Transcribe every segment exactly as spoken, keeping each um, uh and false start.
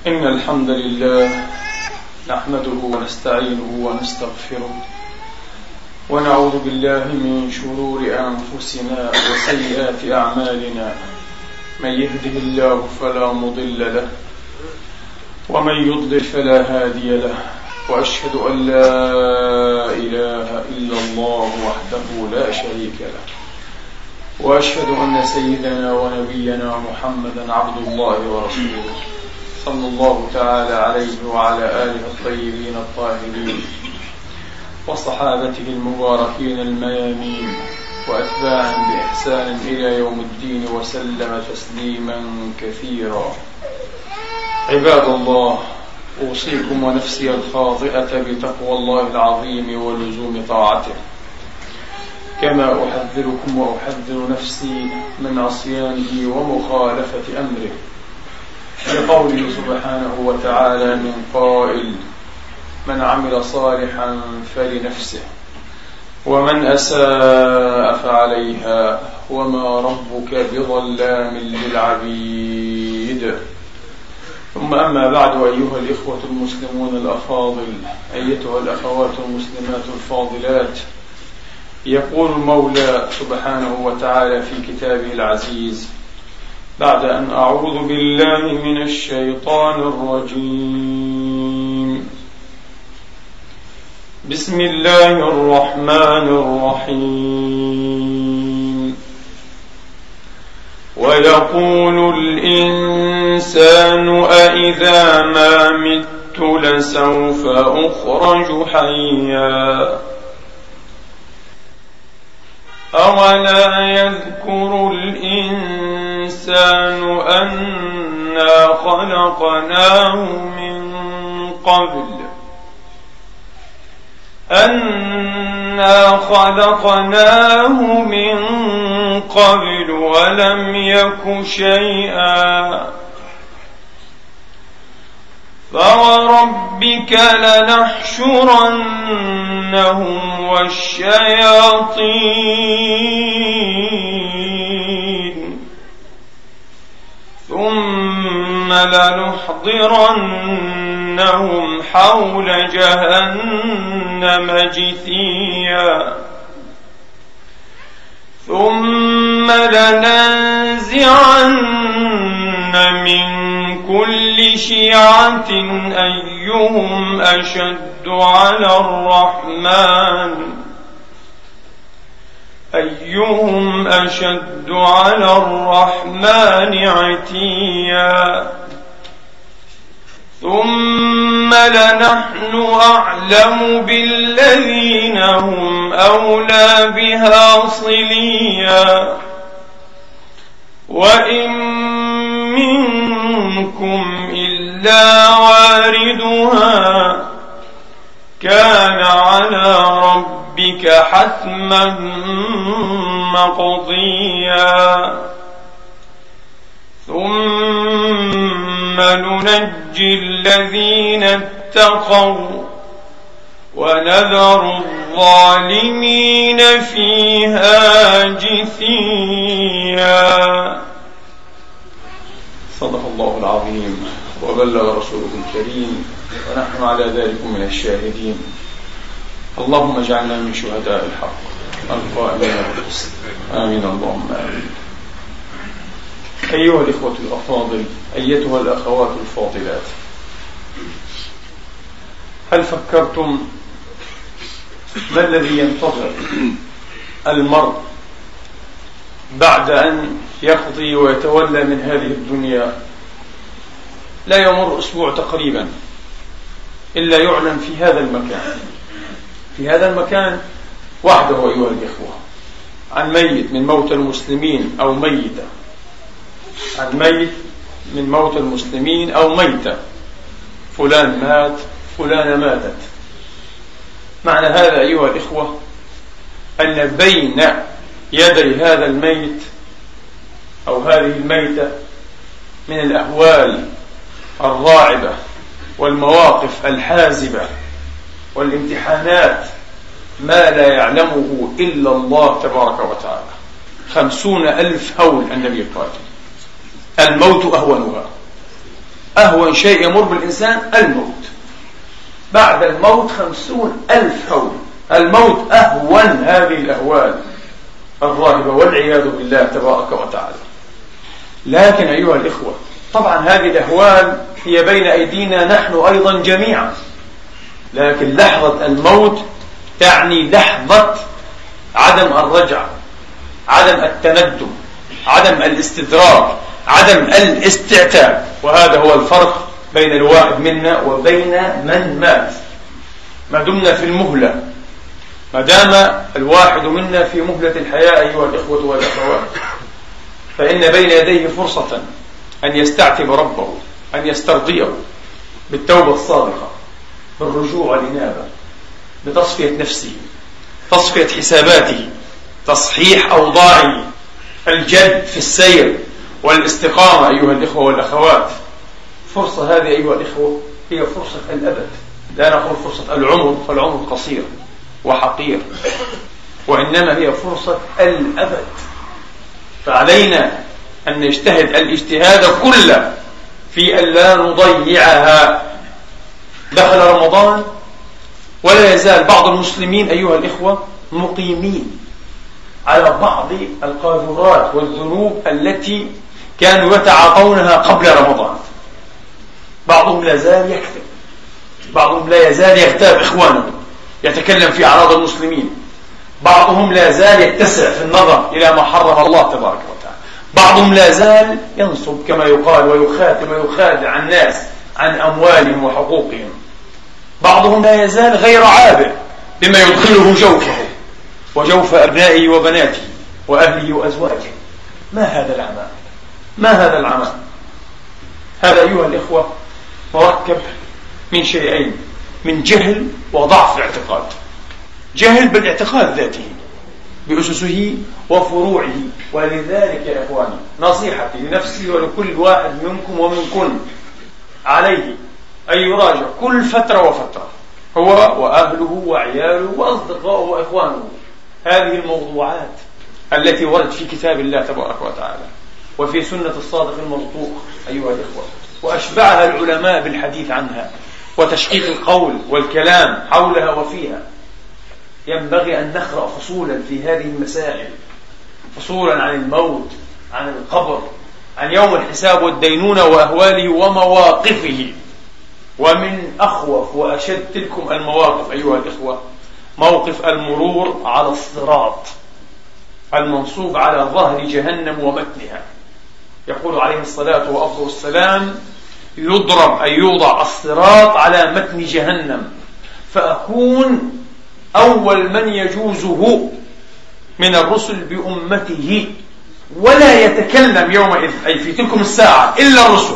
إن الحمد لله نحمده ونستعينه ونستغفره ونعوذ بالله من شرور أنفسنا وسيئات أعمالنا. من يهده الله فلا مضل له ومن يضلل فلا هادي له، وأشهد أن لا إله إلا الله وحده لا شريك له، وأشهد أن سيدنا ونبينا محمدا عبد الله ورسوله صلى الله تعالى عليه وعلى آله الطيبين الطاهرين وصحابته المباركين الميامين وأتباعهم بإحسان إلى يوم الدين وسلم تسليما كثيرا. عباد الله، أوصيكم ونفسي الخاطئة بتقوى الله العظيم ولزوم طاعته، كما أحذركم وأحذر نفسي من عصيانه ومخالفة أمره، لقوله سبحانه وتعالى من قائل: من عمل صالحا فلنفسه ومن أساء فعليها وما ربك بظلام للعبيد. ثم أما بعد، أيها الإخوة المسلمون الأفاضل، أيتها الأخوات المسلمات الفاضلات، يقول المولى سبحانه وتعالى في كتابه العزيز بعد أن أعوذ بالله من الشيطان الرجيم: بسم الله الرحمن الرحيم. ويقول الإنسان أإذا ما مت لسوف أخرج حيا أولا يذكر الإنسان أنا خلقناه من قبل أنا خلقناه من قبل ولم يك شيئا فوربك لنحشرنهم والشياطين ثم لنحضرنهم حول جهنم جثيا ثم لننزعن من كل شيعة أيهم أشد على الرحمن أيهم أشد على الرحمن عتيا ثم لنحن أعلم بالذين هم أولى بها صليا وإن منكم إلا واردها كان على ربك حتما مقضيا ثم ننجي الذين اتقوا ونذر الظالمين فيها جثيا. صدق الله العظيم وبلغ رسوله الكريم ونحن على ذلك من الشاهدين. اللهم اجعلنا من شهداء الحق القائمين بالقسط، آمين اللهم آمين. أيها الإخوة الأفاضل، أيتها الأخوات الفاضلات، هل فكرتم ما الذي ينتظر المرء بعد أن يقضي ويتولى من هذه الدنيا؟ لا يمر أسبوع تقريبا إلا يعلن في هذا المكان في هذا المكان وحده أيها الإخوة عن ميت من موت المسلمين أو ميتة عن ميت من موت المسلمين أو ميتة، فلان مات، فلانة ماتت. معنى هذا أيها الإخوة أن بين يدي هذا الميت أو هذه الميتة من الأهوال الراعبة والمواقف الحازبة والامتحانات ما لا يعلمه إلا الله تبارك وتعالى. خمسون ألف هول النبي قال: الموت أهونها أهون شيء يمر بالإنسان الموت، بعد الموت خمسون ألف هون. الموت أهون هذه الأهوال الراهبة والعياذ بالله تبارك وتعالى. لكن أيها الإخوة، طبعا هذه الأهوال هي بين أيدينا نحن أيضا جميعا، لكن لحظة الموت تعني لحظة عدم الرجعة، عدم التندم، عدم الاستدراك، عدم الاستعتاب. وهذا هو الفرق بين الواحد منا وبين من مات. ما دمنا في المهلة، ما دام الواحد منا في مهلة الحياة أيها الإخوة والأخوات، فإن بين يديه فرصة أن يستعتب ربه، أن يسترضيه بالتوبة الصادقة، بالرجوع والإنابة، بتصفية نفسه، تصفية حساباته، تصحيح أوضاعه، الجد في السير والاستقامة أيها الإخوة والأخوات. فرصة هذه أيها الإخوة هي فرصة الأبد، لا نقول فرصة العمر، فالعمر قصير وحقير، وإنما هي فرصة الأبد. فعلينا أن نجتهد الاجتهاد كله في أن لا نضيعها. دخل رمضان ولا يزال بعض المسلمين أيها الإخوة مقيمين على بعض القاذورات والذنوب التي كانوا يتعاطونها قبل رمضان. بعضهم لا زال يكذب، بعضهم لا يزال يغتاب إخوانه، يتكلم في أعراض المسلمين، بعضهم لا زال يتسع في النظر إلى ما حرم الله تبارك وتعالى، بعضهم لا زال ينصب كما يقال ويخادع ويخادع الناس عن أموالهم وحقوقهم، بعضهم لا يزال غير عابر بما يدخله جوفه وجوف أبنائه وبناته وأهله وأزواجه. ما هذا العمى؟ ما هذا العمى؟ هذا أيها الإخوة مركب من شيئين، من جهل وضعف اعتقاد. جهل بالاعتقاد ذاته بأسسه وفروعه. ولذلك يا إخواني نصيحتي لنفسي ولكل واحد منكم ومنكن عليه أن يراجع كل فترة وفترة هو وأهله وعياله وأصدقائه وإخوانه هذه الموضوعات التي وردت في كتاب الله تبارك وتعالى وفي سنة الصادق المصدوق أيها الإخوة، وأشبعها العلماء بالحديث عنها وتشقيق القول والكلام حولها وفيها. ينبغي أن نقرأ فصولا في هذه المسائل، فصولا عن الموت، عن القبر، عن يوم الحساب والدينونة وأهواله ومواقفه. ومن أخوف وأشد تلكم المواقف أيها الإخوة موقف المرور على الصراط المنصوب على ظهر جهنم ومتنها. يقول عليه الصلاة وأفضل السلام: يضرب أي يوضع الصراط على متن جهنم، فأكون أول من يجوزه من الرسل بأمته، ولا يتكلم يومئذ أي في تلكم الساعة إلا الرسل،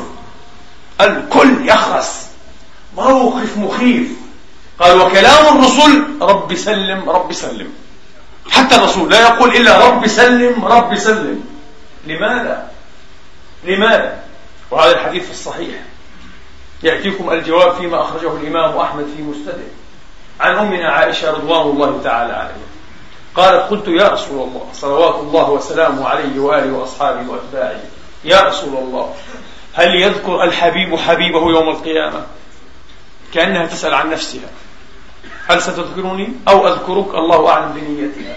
الكل يخرس. موقف مخيف. قال: وكلام الرسل رب سلم رب سلم. حتى الرسول لا يقول إلا رب سلم رب سلم. لماذا؟ لماذا؟ وهذا الحديث في الصحيح، يأتيكم الجواب فيما أخرجه الإمام أحمد في مسنده عن أمنا عائشة رضوان الله تعالى عليها قالت: قلت يا رسول الله صلوات الله وسلامه عليه وآله وأصحابه وأتباعه، يا رسول الله هل يذكر الحبيب حبيبه يوم القيامة؟ كأنها تسأل عن نفسها، هل ستذكرني أو أذكرك؟ الله أعلم بنيتها.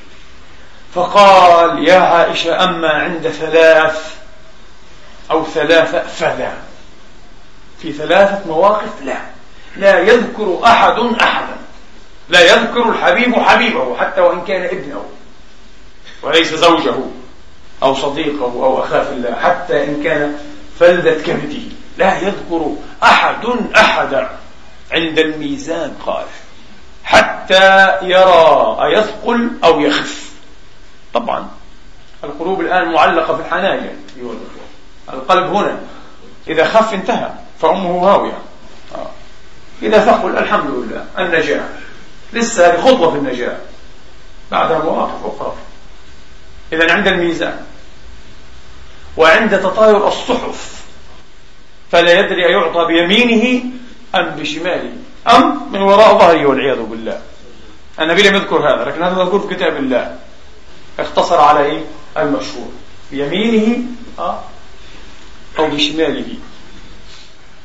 فقال: يا عائشة أما عند ثلاث أو ثلاثة فلا. في ثلاثة مواقف لا لا يذكر أحد أحدا، لا يذكر الحبيب حبيبه حتى وإن كان ابنه وليس زوجه أو صديقه أو أخاه في الله، حتى إن كان فلذة كبده، لا يذكر أحد أحدا عند الميزان. قال: حتى يرى أيثقل أو يخف. طبعا القلوب الآن معلقة في الحناجر، القلب هنا إذا خف انتهى فأمه هاوية، إذا ثقل الحمد لله النجاة، لسه هذه خطوة في النجاة، بعدها مواقف أخرى. إذن عند الميزان وعند تطاير الصحف فلا يدري أيعطى بيمينه أم بشماله أم من وراء ظهره والعياذ بالله. النبي لم يذكر هذا، لكن هذا مذكور في كتاب الله، اختصر على إيه؟ المشهور، بيمينه أو بشماله.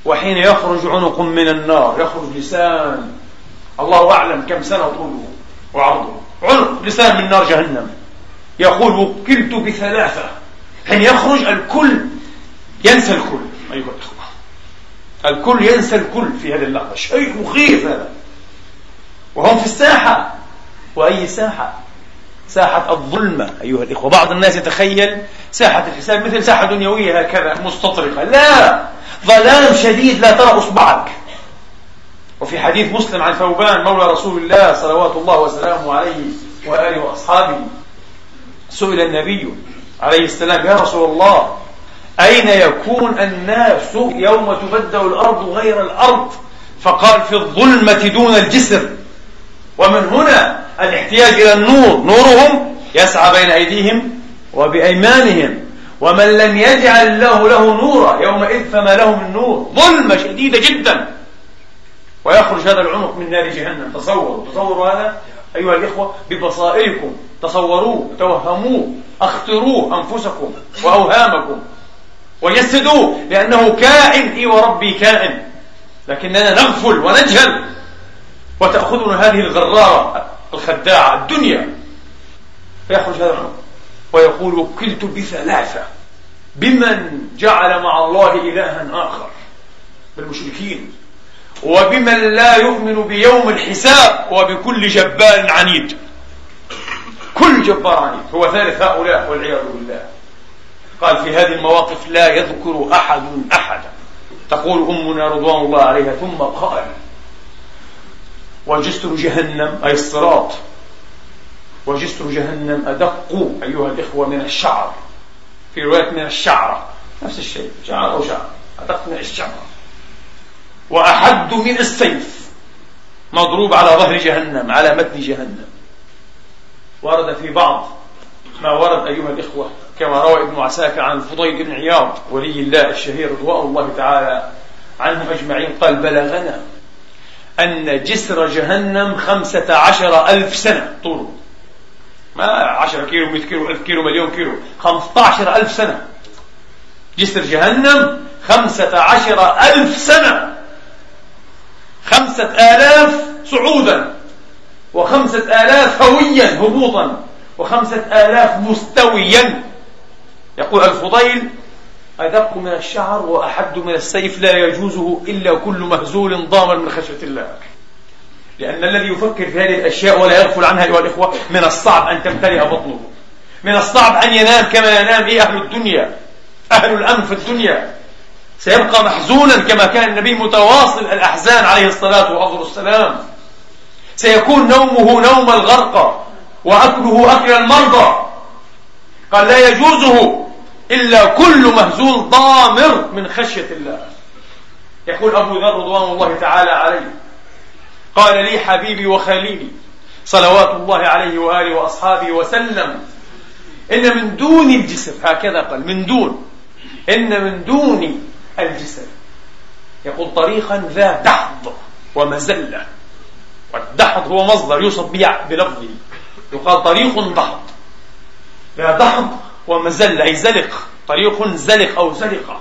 وحين يخرج عنق من النار يخرج لسان الله أعلم كم سنة طوله وعرضه، عنق لسان من نار جهنم. يقول وكلت بثلاثة. حين يخرج الكل ينسى الكل أيها الإخوة، الكل ينسى الكل في هذه اللحظة. شيء مخيف هذا، وهم في الساحة. وأي ساحة؟ ساحة الظلمة أيها الإخوة. بعض الناس يتخيل ساحة الحساب مثل ساحة دنيوية هكذا مستطرقة، لا، ظلام شديد لا ترى أصبعك. وفي حديث مسلم عن ثوبان مولى رسول الله صلوات الله وسلامه عليه وآله وأصحابه، سئل النبي عليه السلام يا رسول الله أين يكون الناس يوم تبدل الأرض غير الأرض؟ فقال في الظلمة دون الجسر. ومن هنا الاحتياج إلى النور. نورهم يسعى بين أيديهم وبأيمانهم، ومن لم يجعل الله له نورا يومئذ فما له من نور. ظلمة شديدة جدا. ويخرج هذا العنق من نار جهنم. تصوروا تصوروا هذا أيها الإخوة ببصائركم، تصوروه، توهموه، اختروه أنفسكم وأوهامكم وجسدوه، لأنه كائن إي وربي كائن، لكننا نغفل ونجهل وتأخذنا هذه الغرارة الخداعة الدنيا. فيخرج هذا العنق ويقول وكلت بثلاثة، بمن جعل مع الله إلها آخر، بالمشركين، وبمن لا يؤمن بيوم الحساب، وبكل جبار عنيد. كل جبار عنيد هو ثالث هؤلاء والعياذ بالله. قال في هذه المواقف لا يذكر أحد أحدا. تقول أمنا رضوان الله عليها ثم قال وجسر جهنم أي الصراط، وجسر جهنم أدق أيها الإخوة من الشعر، في رواية من الشعرة، نفس الشيء، شعر أو شعر، أدق من الشعر، وأحد من السيف، مضروب على ظهر جهنم، على متن جهنم. ورد في بعض ما ورد أيها الإخوة كما روى ابن عساكر عن الفضيل بن عياض ولي الله الشهير رضوان الله تعالى عنهم أجمعين، قال بلغنا أن جسر جهنم خمسة عشر ألف سنة طوله، ما عشرة كيلو، مئة كيلو، ألف كيلو، مليون كيلو، خمسة عشر ألف سنة. جسر جهنم خمسة عشر ألف سنة، خمسة آلاف صعودا، وخمسة آلاف هويا هبوطا، وخمسة آلاف مستويا. يقول الفضيل أدق من الشعر وأحد من السيف، لا يجوزه إلا كل مهزول ضامر من خشية الله. لأن الذي يفكر في هذه الأشياء ولا يغفل عنها أيها الإخوة من الصعب أن تمتلئ بطنه، من الصعب أن ينام كما ينام إيه أهل الدنيا، أهل الأمن في الدنيا. سيبقى محزونا كما كان النبي متواصل الأحزان عليه الصلاة والسلام. سيكون نومه نوم الغرقى وأكله أكل المرضى. قال لا يجوزه إلا كل مهزول ضامر من خشية الله. يقول أبو ذر رضوان الله تعالى عليه قال لي حبيبي وخليلي صلوات الله عليه وآله وأصحابه وسلم إن من دون الجسر، هكذا قال، من دون، إن من دون الجسر، يقول طريقا ذا دحض ومزلة. والدحض هو مصدر يوصف بلفظه، يقال طريق دحض، ذا دحض ومزلة أي زلق، طريق زلق أو زلقة.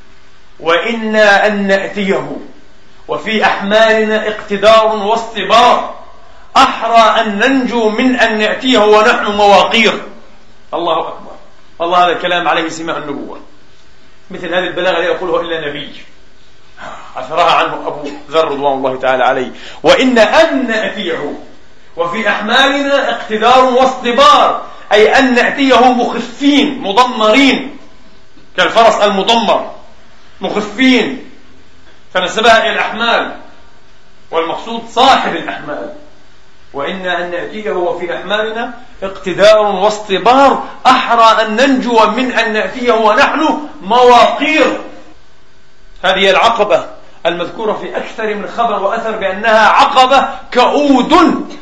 وإنا أن نأتيه وفي أحمالنا اقتدار واصطبار، أحرى أن ننجو من أن نأتيه ونحن مواقير. الله أكبر. والله هذا الكلام عليه سماء النبوة. مثل هذه البلاغة لا يقولها إلا نبي، أثرها عنه أبو ذر رضوان الله تعالى عليه. وإن أن نأتيه وفي أحمالنا اقتدار واصطبار، أي أن نأتيه مخفين مضمرين كالفرس المضمر، مخفين، فنسبها إلى الأحمال والمقصود صاحب الأحمال. وإن أن نأتيه وفي أحمالنا اقتدار واصطبار، أحرى أن ننجو من أن نأتيه ونحن مواقير. هذه العقبة المذكورة في أكثر من خبر وأثر بأنها عقبة كؤود،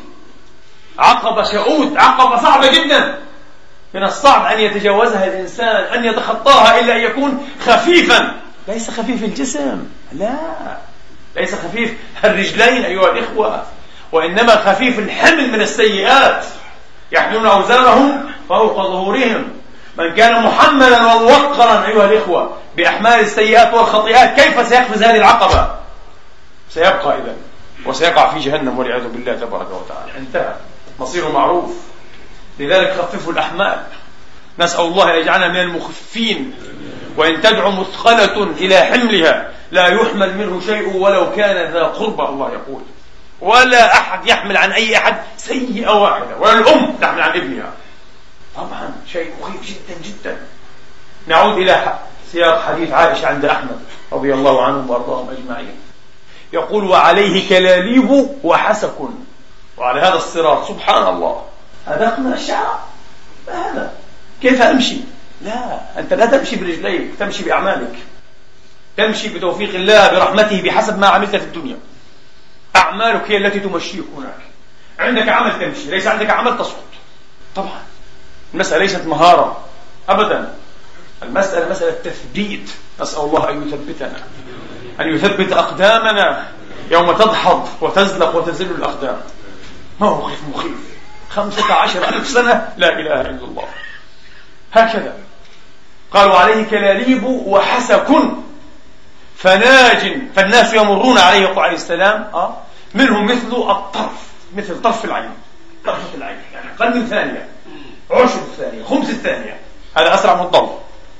عقبة كؤود، عقبة صعبة جدا، من الصعب أن يتجاوزها الإنسان، أن يتخطاها، إلا أن يكون خفيفا. ليس خفيف الجسم، لا، ليس خفيف الرجلين أيها الإخوة، وإنما خفيف الحمل من السيئات. يحملون أوزارهم فوق ظهورهم، من كان محملا وموقرا أيها الإخوة بأحمال السيئات والخطيئات كيف سيقفز هذه العقبة؟ سيبقى إذن وسيقع في جهنم والعياذ بالله تبارك وتعالى. انتهى، مصيره معروف. لذلك خففوا الأحمال، نسأل الله أن يجعلنا من المخفين. وإن تدعو مثقلة إلى حملها لا يحمل منه شيء ولو كان ذا قربى، الله يقول. ولا أحد يحمل عن أي أحد سيئة واحدة، ولا الأم تحمل عن ابنها. طبعا شيء مخيف جدا جدا. نعود إلى سياق حديث عائشة عند أحمد رضي الله عنهم وأرضاهم أجمعين. يقول: وعليه كلاليب وحسك. وعلى هذا الصراط سبحان الله أدق من الشعر. ما هذا؟ كيف أمشي؟ لا، أنت لا تمشي برجليك، تمشي بأعمالك، تمشي بتوفيق الله برحمته بحسب ما عملت في الدنيا. أعمالك هي التي تمشيك هناك. عندك عمل تمشي، ليس عندك عمل تسقط. طبعا المسألة ليست مهارة أبدا، المسألة مسألة تثبيت. نسأل الله أن يثبتنا، أن يثبت أقدامنا يوم تدحض وتزلق وتزل الأقدام. موقف مخيف، خمسة عشر ألف سنة لا إله إلا الله. هكذا قالوا: عليه كلاليب وحسك فناج، فالناس يمرون عليه يقول عليه السلام آه منهم مثل الطرف، مثل طرف العين، طرفة العين، يعني أقل من ثانية، عشر الثانية، خمس الثانية، هذا أسرع من الضوء.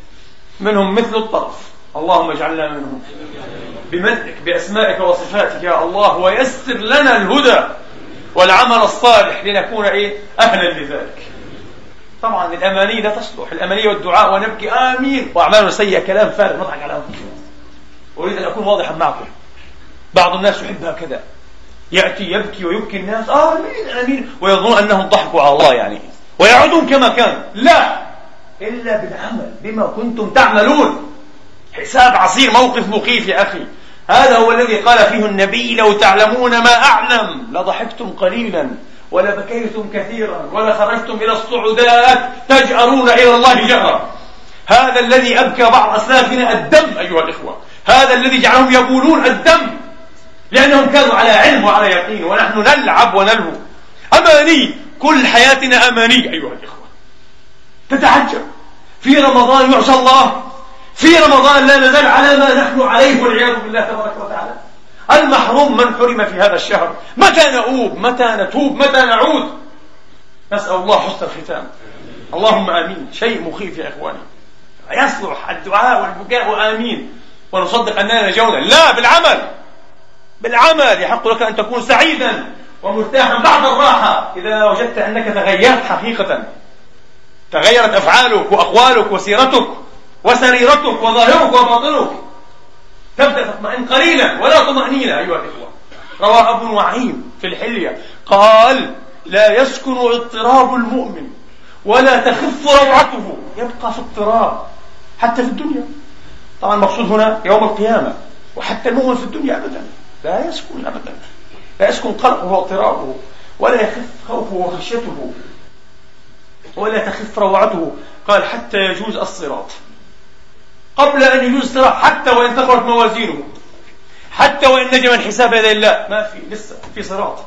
منهم مثل الطرف، اللهم اجعلنا منهم بمنك بأسمائك وصفاتك يا الله، ويسر لنا الهدى والعمل الصالح لنكون إيه أهلا لذلك. طبعا الأماني لا تصلح، الأماني والدعاء ونبكي آمين وأعمالنا سيئة كلام فارغ نضحك على أنفسنا. أريد أن أكون واضحا معكم. بعض الناس يحب هكذا، يأتي يبكي ويبكي الناس آمين آمين ويظنون أنهم ضحكوا على الله يعني، ويعودون كما كان. لا، إلا بالعمل بما كنتم تعملون. حساب عصير، موقف مخيف يا أخي. هذا هو الذي قال فيه النبي: لو تعلمون ما أعلم لضحكتم قليلا ولبكيتم كثيرا ولخرجتم إلى الصعودات تجأرون إلى الله جهرا. هذا الذي أبكى بعض أسلافنا الدم أيها الإخوة، هذا الذي جعلهم يبولون الدم، لأنهم كانوا على علم وعلى يقين، ونحن نلعب ونلهو. أماني، كل حياتنا أماني أيها الإخوة. تتعجب في رمضان يعصى الله، في رمضان لا نزال على ما نحن عليه والعياذ بالله تبارك وتعالى. المحروم من حرم في هذا الشهر. متى نؤوب؟ متى نتوب؟ متى نعود؟ نسأل الله حسن الختام. اللهم آمين. شيء مخيف يا إخواني. يصلح الدعاء والبكاء آمين ونصدق أننا نجونا. لا، بالعمل، بالعمل يحق لك أن تكون سعيدا ومرتاحا بعد الراحة إذا وجدت أنك تغيرت حقيقة، تغيرت أفعالك وأقوالك وسيرتك وسريرتك وظاهرك وباطنك، تبدأ تطمئن قليلا ولا طمأنينة أيها الإخوة. روى أبو نعيم في الحلية قال: لا يسكن اضطراب المؤمن ولا تخف روعته، يبقى في اضطراب حتى في الدنيا. طبعا المقصود هنا يوم القيامة، وحتى المؤمن في الدنيا أبدا لا يسكن أبدا، لا يسكن قلقه واضطرابه، ولا يخف خوفه وخشيته، ولا تخف روعته. قال: حتى يجوز الصراط. قبل أن يجوز الصراط، حتى وإن ثقلت موازينه، حتى وإن نجم الحساب يد الله، ما في لسه في صراط.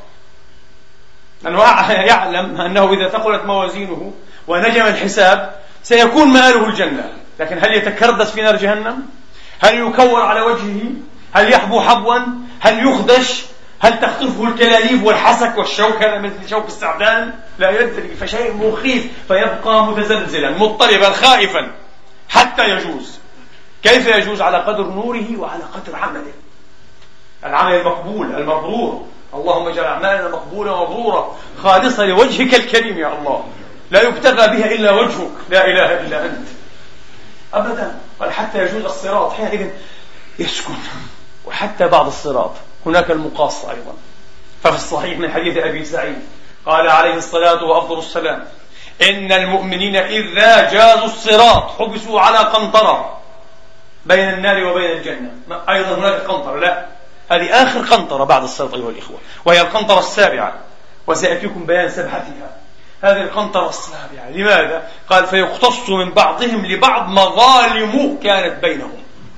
لأنه يعلم أنه إذا ثقلت موازينه ونجم الحساب سيكون مآله الجنة، لكن هل يتكردس في نار جهنم؟ هل يكور على وجهه؟ هل يحبو حبوا؟ هل يخدش؟ هل تخطفه الكلاليب والحسك والشوك، هذا مثل شوك السعدان؟ لا يدري، فشيء مخيف، فيبقى متزلزلا مضطربا خائفا حتى يجوز. كيف يجوز؟ على قدر نوره وعلى قدر عمله، العمل المقبول المبرور. اللهم اجعل أعمالنا مقبولة ومبرورة خالصة لوجهك الكريم يا الله، لا يبتغى بها إلا وجهك، لا إله إلا أنت أبدا. قال: حتى يجوز الصراط، حينئذ يسكن. وحتى بعد الصراط هناك المقاص أيضا. ففي الصحيح من حديث أبي سعيد قال عليه الصلاة وأفضل السلام: إن المؤمنين إذا جازوا الصراط حبسوا على قنطرة بين النار وبين الجنة. أيضا هناك قنطرة، لا، هذه آخر قنطرة بعد الصراط أيها الإخوة، وهي القنطرة السابعة، وسيأتيكم بيان سبحتها. هذه القنطرة السابعة لماذا؟ قال: فيقتص من بعضهم لبعض مظالم كانت بينهم.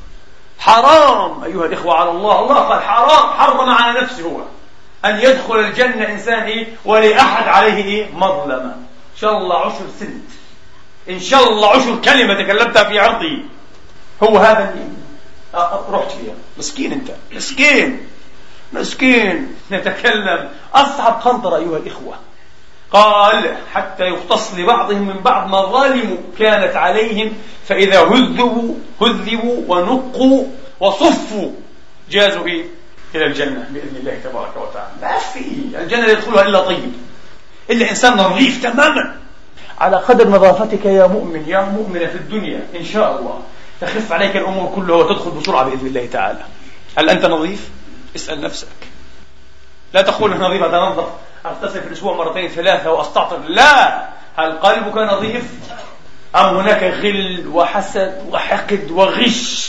حرام أيها الإخوة على الله، الله قال حرام، حرم على نفسه هو أن يدخل الجنة إنسان إيه ولأحد عليه إيه مظلمة، إن شاء الله عشر سنت إن شاء الله عشر كلمة تكلمتها في عرضي. هو هذا اللي رحت فيها. مسكين أنت، مسكين مسكين. نتكلم أصعب خنطرة أيها الإخوة. قال حتى يختص لبعضهم من بعض مظالم كانت عليهم، فإذا هذبوا هذبوا ونقوا وصفوا جازوا إيه؟ إلى الجنة بإذن الله تبارك وتعالى. ما في الجنة يدخلها إلا طيب، إلا إنسان نظيف تماما. على قدر نظافتك يا مؤمن يا مؤمنة في الدنيا إن شاء الله تخف عليك الأمور كلها وتدخل بسرعة بإذن الله تعالى. هل أنت نظيف؟ اسأل نفسك. لا تقول أنا نظيف أتنظف أغتسل في الأسبوع مرتين ثلاثة وأستعطر. لا. هل قلبك نظيف أم هناك غل وحسد وحقد وغش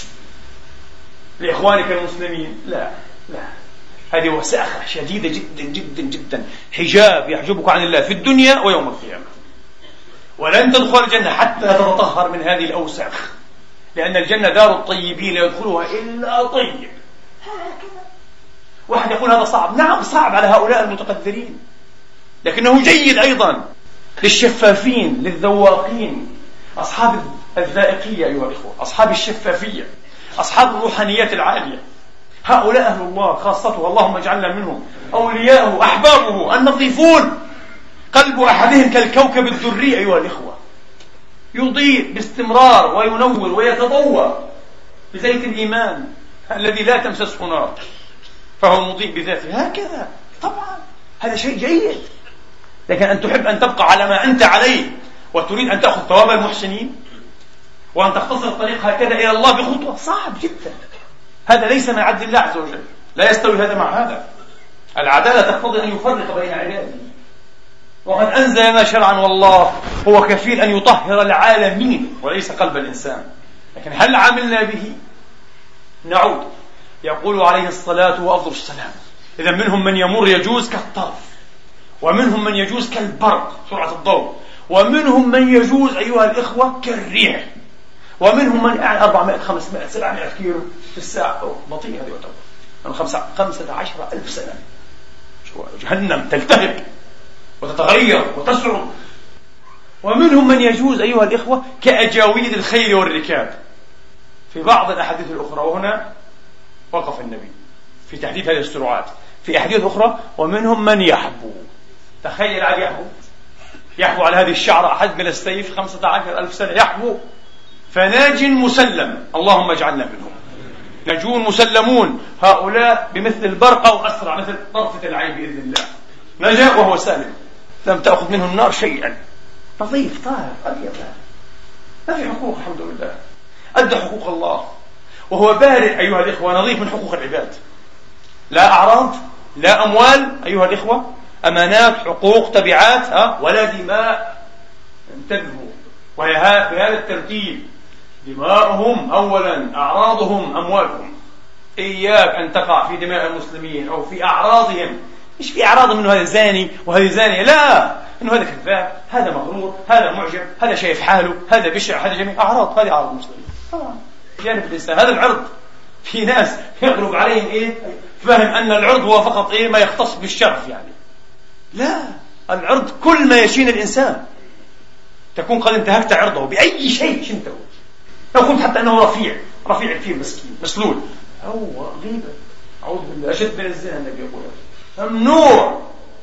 لإخوانك المسلمين؟ لا لا. هذه وساخة شديدة جدا جدا جدا، حجاب يحجبك عن الله في الدنيا ويوم القيامة. ولن تدخل الجنة حتى تتطهر من هذه الأوساخ، لأن الجنة دار الطيبين لا يدخلها إلا طيب. هكذا. واحد يقول هذا صعب. نعم صعب على هؤلاء المتقدرين، لكنه جيد أيضا للشفافين للذواقين، أصحاب الذائقية أيها الإخوة، أصحاب الشفافية، أصحاب الروحانيات العالية. هؤلاء أهل الله خاصته، اللهم اجعلنا منهم، أولياءه أحبابه النظيفون. قلب أحدهم كالكوكب الدري أيها الإخوة، يضيء باستمرار وينور ويتضوى بزيت الإيمان الذي لا تمسسه نار، فهو مضيء بذاته. هكذا طبعا هذا شيء جيد. لكن أن تحب أن تبقى على ما أنت عليه وتريد أن تأخذ ثواب المحسنين وأن تختصر الطريق هكذا إلى الله بخطوة، صعب جدا. هذا ليس من عدل الله عز وجل، لا يستوي هذا مع هذا. العدالة تقتضي أن يفرق بين عباده، وقد أنزل لنا شرعا والله هو كفيل أن يطهر العالمين وليس قلب الإنسان. لكن هل عملنا به؟ نعود. يقول عليه الصلاة وأفضل السلام: إذا منهم من يمر يجوز كالطرف، ومنهم من يجوز كالبرق سرعة الضوء، ومنهم من يجوز أيها الإخوة كالريح، ومنهم من يعني أربعمائة خمسمائة سبعمائة كيلو في الساعة. بطيء هذه وتوقف من خمسة, خمسة عشر ألف سنة. جهنم تلتهب وتتغير وتسرع. ومنهم من يجوز أيها الإخوة كأجاويد الخيل والركاب في بعض الأحاديث الأخرى. وهنا وقف النبي في تحديد هذه السرعات. في أحاديث أخرى ومنهم من يحبو. تخيل عاد يحبو يحبو على هذه الشعرة أحد من السيف خمسة عشر ألف سنة يحبو. فناج مسلم، اللهم اجعلنا منهم. نجون مسلمون، هؤلاء بمثل البرق أو أسرع مثل طرفة العين بإذن الله. نجا وهو سالم، لم تأخذ منه النار شيئا، نظيف طاهر أبيض، ما في حقوق الحمد لله، أدى حقوق الله وهو بارئ أيها الإخوة، نظيف من حقوق العباد. لا أعراض لا أموال أيها الإخوة، أمانات حقوق تبعات ها ولا دماء. انتبهوا، وبهذا الترتيب: دماؤهم أولا، أعراضهم أموالهم. إياك أن تقع في دماء المسلمين أو في أعراضهم. مش في أعراضهم إنه هذا زاني وهذا زانية، لا، إنه هذا كذاب، هذا مغرور، هذا معجب، هذا شايف حاله، هذا بشع، هذا جميل. أعراض، هذه أعراض المسلمين طبعا جانب الإنسان. هذا العرض، في ناس يغلب عليهم إيه؟ فهم أن العرض هو فقط إيه؟ ما يختص بالشرف يعني. لا، العرض كل ما يشين الإنسان. تكون قد انتهكت عرضه بأي شيء شنته، لو كنت حتى أنه رفيع رفيع الفيل مسكين مسلول أو غيبة، أعوذ بالله، أشد من الزنا. النبي يقول ممنوع.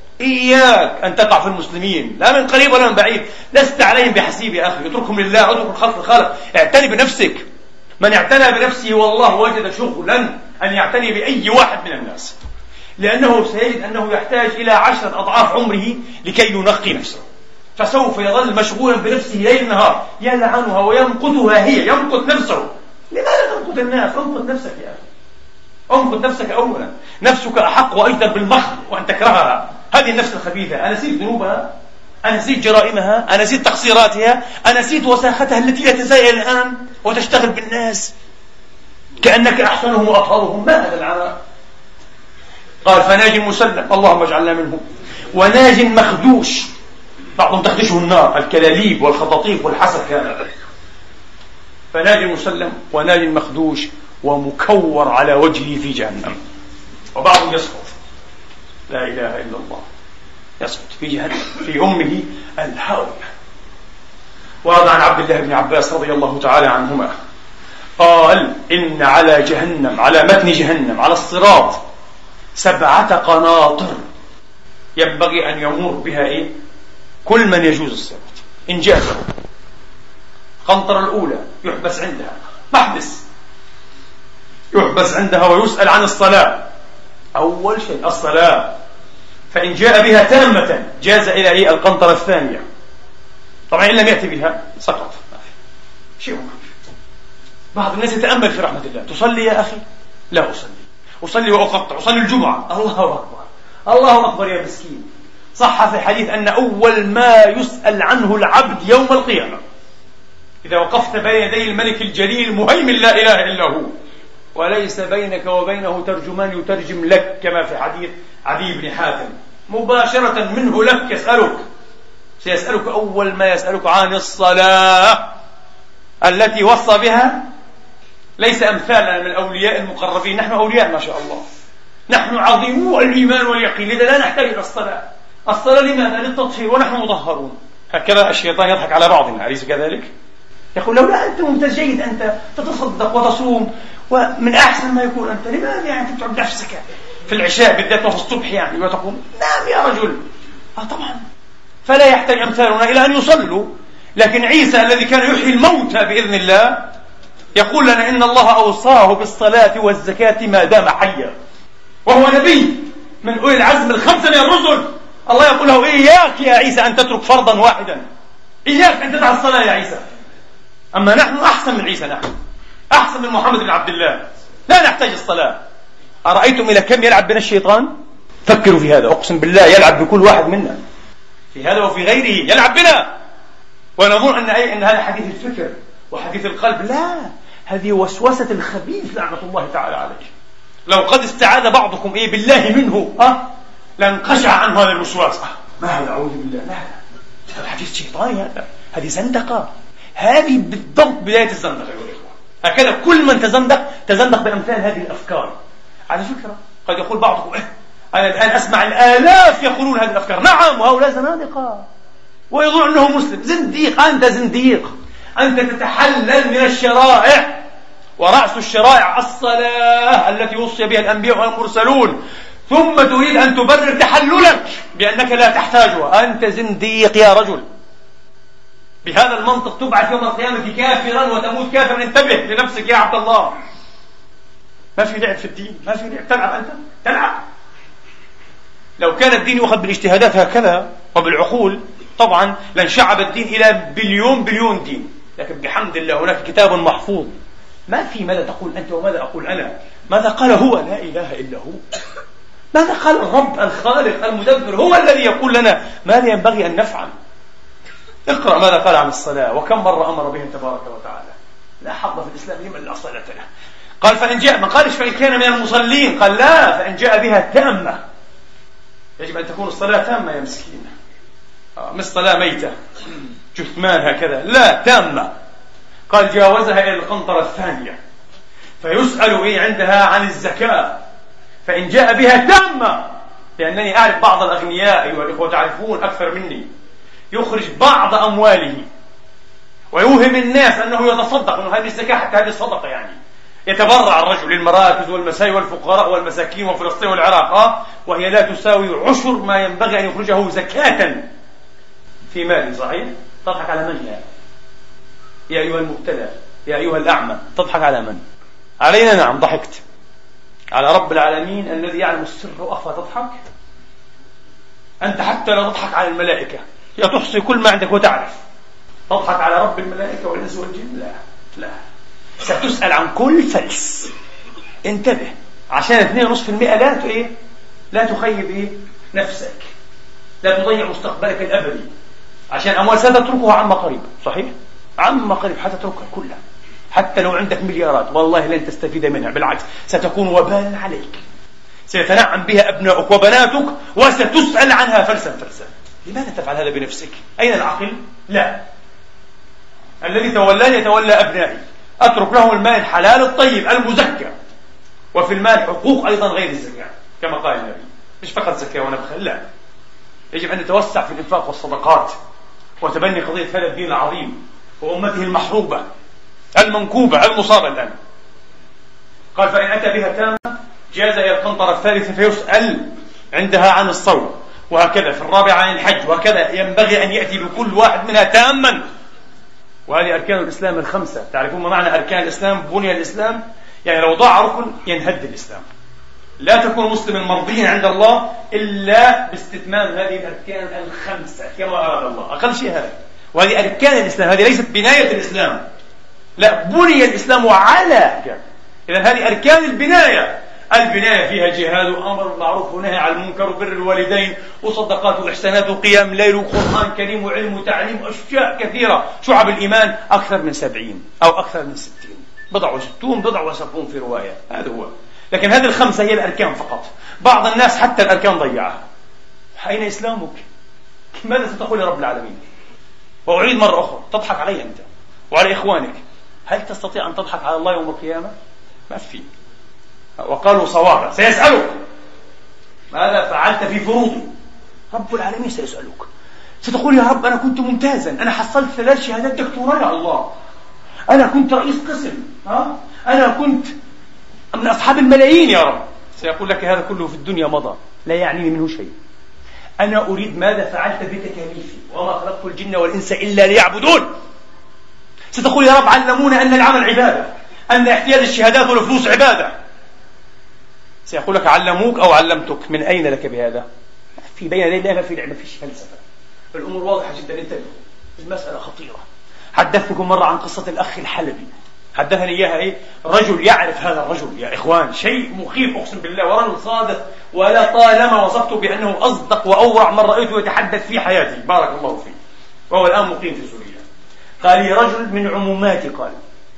إياك أن تقع في المسلمين، لا من قريب ولا من بعيد. لست عليهم بحسيب يا أخي، اتركهم لله، اترك الخلق الخالق. اعتني بنفسك. من اعتنى بنفسه والله وجد شغلا أن يعتني بأي واحد من الناس، لأنه سيجد أنه يحتاج إلى عشرة أضعاف عمره لكي ينقي نفسه، فسوف يظل مشغولا بنفسه ليل نهار، يلعنها ويمقتها هي، يمقت نفسه. لماذا تمقت الناس؟ امقت نفسك يا أخي، امقت نفسك أولا. نفسك أحق وأجدر بالمخ وأن تكرهها. هذه النفس الخبيثة، أنسيت ذنوبها، أنسيت جرائمها، أنسيت تقصيراتها، أنسيت وساختها التي لا تزال الآن وتشتغل بالناس كأنك أحسنهم وأطهرهم. ما هذا العمى؟ قال فناج مسلم، اللهم اجعلنا منهم. وناج مخدوش، بعضهم تخدشه النار، الكلاليب والخطاطيف والحسد كان. فناج مسلم وناج مخدوش ومكور على وجهه في جهنم. وبعضهم يسقط، لا إله إلا الله، يسقط في جهنم في أمه الهاوية. ورد عن عبد الله بن عباس رضي الله تعالى عنهما قال إن على جهنم، على متن جهنم، على الصراط سبعة قناطر ينبغي أن يمر بها إيه؟ كل من يجوز الصراط إن جازه. القنطرة الأولى يحبس عندها، محبس يحبس عندها ويسأل عن الصلاة. أول شيء الصلاة، فإن جاء بها تامة جاز إلى إيه؟ القنطرة الثانية. طبعا إن لم يأتي بها سقط، شيء مخيف. بعض الناس يتأمل في رحمة الله. تصلي يا أخي؟ لا أصلي، أصلي وأقطع، أصلي الجمعة. الله أكبر، الله أكبر يا مسكين. صح في الحديث أن أول ما يسأل عنه العبد يوم القيامة إذا وقفت بين يدي الملك الجليل المهيمن لا إله إلا هو، وليس بينك وبينه ترجمان يترجم لك، كما في حديث عدي بن حاتم، مباشرة منه لك يسألك. سيسألك أول ما يسألك عن الصلاة التي وصى بها ليس أمثالنا من الأولياء المقربين. نحن أولياء ما شاء الله، نحن عظيمو الإيمان واليقين، لذا لا نحتاج إلى الصلاة. الصلاة لماذا؟ للتطهير، ونحن مطهرون. هكذا الشيطان يضحك على بعضنا، أليس كذلك؟ يقول لولا أنت ممتاز جيد، أنت تتصدق وتصوم ومن أحسن ما يكون، أنت لماذا يعني تتعب نفسك في العشاء بالذات وفي الصبح يعني وتقول نعم يا رجل. آه طبعا، فلا يحتاج أمثالنا إلى أن يصلوا. لكن عيسى الذي كان يحيي الموتى بإذن الله يقول لنا إن الله أوصاه بالصلاة والزكاة ما دام حيا، وهو نبي من أولي العزم الخمسة من الرسل. الله يقول له إياك يا عيسى أن تترك فرضا واحدا، إياك أن تدع الصلاة يا عيسى. أما نحن أحسن من عيسى، نحن أحسن من محمد بن عبد الله، لا نحتاج الصلاة. أرأيتم إلى كم يلعب بنا الشيطان؟ فكروا في هذا، أقسم بالله يلعب بكل واحد منا في هذا وفي غيره، يلعب بنا ونظن أن, أي أن هذا حديث الفكر وحديث القلب. لا، هذه وسوسة الخبيث لعنة الله تعالى عليه. لو قد استعاذ بعضكم إيه بالله منه ها لانقشع عن هذا الوسواس. ما هذا؟ أعوذ بالله، لا هذا حديث شيطاني، هذا هذه زندقة، هذه بالضبط بداية الزندقة يا إخوة. هكذا كل من تزندق تزندق بأمثال هذه الأفكار. على فكرة قد يقول بعضكم إيه أنا الآن أسمع الآلاف يقولون هذه الأفكار. نعم، وهؤلاء زنادقة ويظن أنه مسلم. زنديق، أنت زنديق، أنت تتحلل من الشرائع، ورأس الشرائع الصلاة التي وصي بها الأنبياء والمرسلون، ثم تريد أن تبرر تحللك بأنك لا تحتاجها. أنت زنديق يا رجل. بهذا المنطق تبعث يوم القيامة كافرا وتموت كافرا. انتبه لنفسك يا عبد الله، ما في لعب في الدين، ما في لعب. تلعب أنت، تلعب. لو كان الدين يؤخذ بالاجتهادات هكذا وبالعقول طبعا لانشعب الدين إلى بليون بليون دين. لكن بحمد الله هناك كتاب محفوظ، ما في ماذا تقول أنت وماذا أقول أنا، ماذا قال هو لا إله إلا هو، ماذا قال الرب الخالق المدبر، هو الذي يقول لنا ماذا ينبغي أن نفعل. اقرأ ماذا قال عن الصلاة وكم مرة أمر بها تبارك وتعالى. لا حظ في الإسلام لمن لا صلاة له. قال فإن جاء، ما قالش فإن كان من المصلين، قال لا، فإن جاء بها تامة. يجب أن تكون الصلاة تامة يا مسكين، آه مش صلاة ميتة جثمان هكذا، لا، تامة. قال جاوزها إلى القنطرة الثانية فيسأل إيه عندها عن الزكاة، فإن جاء بها تامة. لأنني أعرف بعض الأغنياء أيها الإخوة تعرفون أكثر مني، يخرج بعض أمواله ويوهم الناس أنه يتصدق، أنه هذه الزكاة حتى هذه الصدقة يعني. يتبرع الرجل للمراكز والمساجد والفقراء والمساكين وفلسطين والعراق، آه وهي لا تساوي عشر ما ينبغي أن يخرجه زكاة في مال. صحيح؟ تضحك على من يا يا أيها المبتلى، يا أيها الأعمى؟ تضحك على من؟ علينا. نعم ضحكت على رب العالمين الذي يعلم السر وأخفى. تضحك أنت حتى لا تضحك على الملائكة، يا تحصي كل ما عندك وتعرف. تضحك على رب الملائكة والإنس والجن؟ لا لا، ستسأل عن كل فلس. انتبه، عشان اثنين ونصف المئة لا إيه؟ لا تخيب إيه؟ نفسك، لا تضيع مستقبلك الأبدي، عشان أموال ستتركها عما قريب. صحيح؟ عما قريب حتتركها كلها، حتى لو عندك مليارات والله لن تستفيد منها، بالعكس ستكون وبالا عليك، سيتنعم بها أبناؤك وبناتك وستسأل عنها فلسا فلسا. لماذا تفعل هذا بنفسك؟ أين العقل؟ لا، الذي تولاني يتولى أبنائي، أترك لهم المال الحلال الطيب المزكى، وفي المال حقوق أيضا غير الزكاة كما قال النبي، مش فقط زكاة ونبخل، لا، يجب أن نتوسع في الإنفاق والصدقات وتبني قضية هذا الدين العظيم وأمته المحروبة المنكوبة المصابة الآن. قال فإن أتى بها تامة جاز إلى القنطرة الثالثة فيسأل عندها عن الصوم، وهكذا في الرابعة عن الحج، وهكذا ينبغي أن يأتي بكل واحد منها تاما. وهذه أركان الإسلام الخمسة. تعرفون ما معنى أركان الإسلام؟ بني الإسلام يعني لو ضاع ركن ينهد الإسلام. لا تكون مسلما مرضيا عند الله إلا باستتمام هذه الأركان الخمسة كما أراد الله، أقل شيء هذا. وهذه أركان الإسلام، هذه ليست بناية الإسلام، لا، بني الإسلام على أركان. إذا هذه أركان البناية. البناية فيها جهاد وأمر بالمعروف ونهي عن المنكر وبر الوالدين وصدقات وإحسانات وقيام ليل وقرآن كريم وعلم وتعليم وأشياء كثيرة. شعب الإيمان أكثر من سبعين أو أكثر من ستين، بضع وستون بضع وسبعون في رواية، هذا هو. لكن هذه الخمسة هي الأركان فقط. بعض الناس حتى الأركان ضيعها. أين إسلامك؟ ماذا ستقول يا رب العالمين؟ وأعيد مرة أخرى، تضحك علي أنت وعلى إخوانك. هل تستطيع أن تضحك على الله يوم القيامة؟ ما في. وقالوا صوابا سيسألك ماذا فعلت في فروضي. رب العالمين سيسألك. ستقول يا رب أنا كنت ممتازا، أنا حصلت ثلاث شهادات دكتوراه يا الله، أنا كنت رئيس قسم، ها؟ أنا كنت من أصحاب الملايين يا رب. سيقول لك هذا كله في الدنيا مضى، لا يعنيني منه شيء. أنا أريد ماذا فعلت بتكاليفي، وما خلقت الجن والإنس إلا ليعبدون. ستقول يا رب علمونا أن العمل عبادة، أن احتياج الشهادات والفلوس عبادة. سيقول لك علموك أو علمتك، من أين لك بهذا؟ في بين يدي الله في لعبة، فيش فلسفة، الأمور واضحة جدا. انتبهوا، المسألة خطيرة. حدثتكم مرة عن قصة الأخ الحلبي، حدثني إياها إيه؟ رجل يعرف هذا الرجل يا إخوان، شيء مخيف أقسم بالله، ورجل صادق، ولا طالما وصفته بأنه أصدق وأورع من رأيته يتحدث في حياتي، بارك الله فيه، وهو الآن مقيم في سوريا. قال لي رجل من عموماتي، قال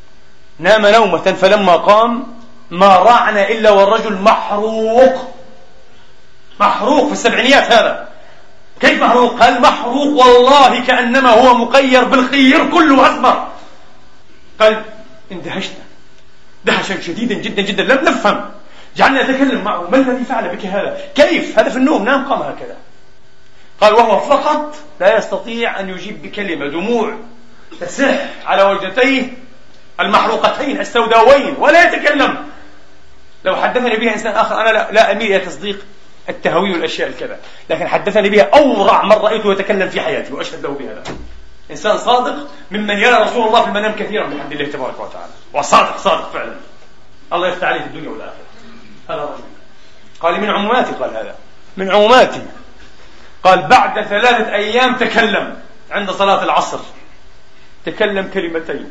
نام نومة فلما قام ما رعنا إلا والرجل محروق، محروق في السبعينيات. هذا كيف محروق؟ قال محروق والله كأنما هو مقير بالخير كله أسمر. قال اندهشنا دهشا شديدا جدا جدا، لم نفهم، جعلنا نتكلم معه، ما الذي فعل بك هذا؟ كيف؟ هذا في النوم، نام قام هكذا. قال وهو فقط لا يستطيع أن يجيب بكلمة، دموع تسح على وجهتيه المحروقتين السوداوين ولا يتكلم. لو حدثني بها إنسان آخر أنا لا, لا أميل إلى تصديق التهوي والأشياء الكذا، لكن حدثني بها أورع من رأيته يتكلم في حياتي، وأشهد له بهذا. إنسان صادق ممن يرى رسول الله في المنام كثيرا بحمد الله تبارك وتعالى، وصادق صادق فعلا، الله يفتح عليه في الدنيا والآخرة. هذا رجل قال من عموماتي، قال هذا من عموماتي. قال بعد ثلاثة أيام تكلم عند صلاة العصر، تكلم كلمتين،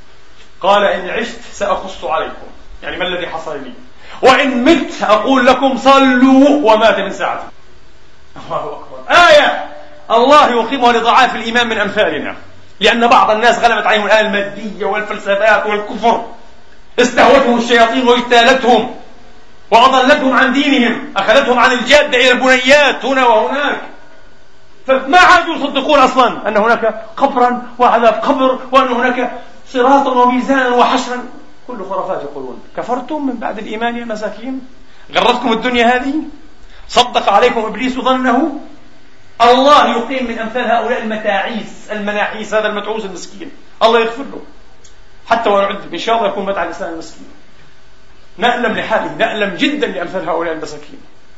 قال إن عشت سأخص عليكم، يعني ما الذي حصل لي، وإن مت أقول لكم صلوا، ومات من ساعته. الله أكبر. آية الله يقيمها لضعاف الإيمان من أمثالنا، لأن بعض الناس غلبت عليهم الآن المادية والفلسفات والكفر، استهوتهم الشياطين واجتالتهم وأضلتهم عن دينهم، أخذتهم عن الجادة إلى البنيات هنا وهناك، فما عادوا يصدقون أصلا أن هناك قبرا وعذاب قبر، وأن هناك صراطا وميزانا وحشرا، كل خرافات يقولون. كفرتم من بعد الإيمان يا مساكين، غرتكم الدنيا هذه، صدق عليكم إبليس ظنه. الله يقيم من أمثال هؤلاء المتاعيس المناحيس، هذا المتعوس المسكين الله يغفر له، حتى ونعد إن شاء الله يكون متع الإنسان المسكين. نألم لحاله، نألم جدا لأمثال هؤلاء المساكين.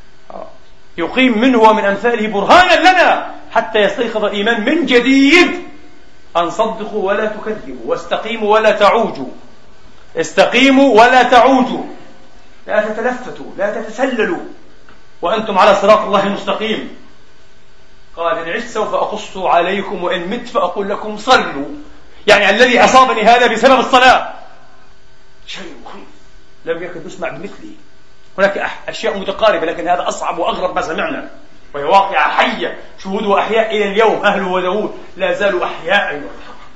يقيم منه ومن أمثاله برهانا لنا حتى يستيقظ الإيمان من جديد، أن صدقوا ولا تكذبوا، واستقيموا ولا تعوجوا، استقيموا ولا تعوجوا، لا تتلفتوا، لا تتسللوا، وأنتم على صراط الله المستقيم. قال إن عشت سوف أقص عليكم، وإن مت فأقول لكم صلوا، يعني الذي أصابني هذا بسبب الصلاة. شيء مخيف لم يكن يسمع بمثله. هناك أشياء متقاربة، لكن هذا أصعب وأغرب ما سمعنا، وهي واقعة حية، شهود أحياء إلى اليوم. أهل وداود لا زالوا أحياء. أيها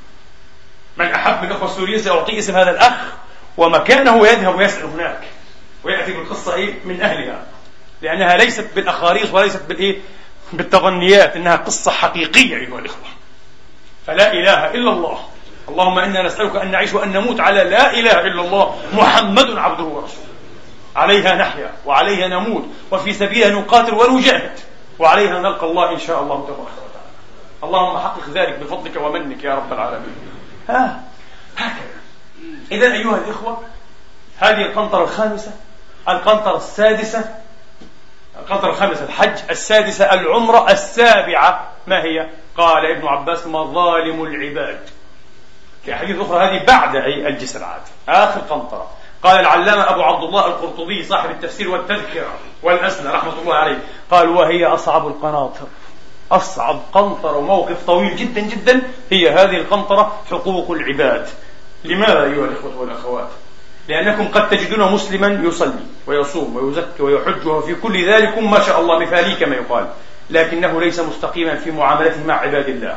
من أحب من الأخوة السوريين سأعطي اسم هذا الأخ ومكانه، يذهب ويسأل هناك ويأتي بالقصة إيه من أهلها، لأنها ليست بالأخاريص وليست بالإيه بالتظنيات، إنها قصة حقيقية أيها الإخوة. فلا إله إلا الله، اللهم إنا نسألك أن نعيش وأن نموت على لا إله إلا الله محمد عبده ورسوله، عليها نحيا وعليها نموت، وفي سبيلها نقاتل ونجاهد، وعليها نلقى الله إن شاء الله تبارك وتعالى. اللهم حقق ذلك بفضلك ومنك يا رب العالمين. ها هكذا. إذن أيها الإخوة، هذه القنطرة الخامسة. القنطرة السادسة، القنطرة الخامسة الحج، السادسة العمرة، السابعة ما هي؟ قال ابن عباس مظالم العباد. في حديث أخرى هذه بعد الجسرات، آخر قنطرة. قال العلامة أبو عبد الله القرطبي صاحب التفسير والتذكرة والأسنى رحمة الله عليه، قال وهي أصعب القناطر، أصعب قنطرة وموقف طويل جدا جدا هي هذه القنطرة، حقوق العباد. لماذا أيها الإخوة والأخوات؟ لأنكم قد تجدون مسلما يصلي ويصوم ويزكي ويحج وفي كل ذلك ما شاء الله مثالي كما يقال، لكنه ليس مستقيما في معاملته مع عباد الله،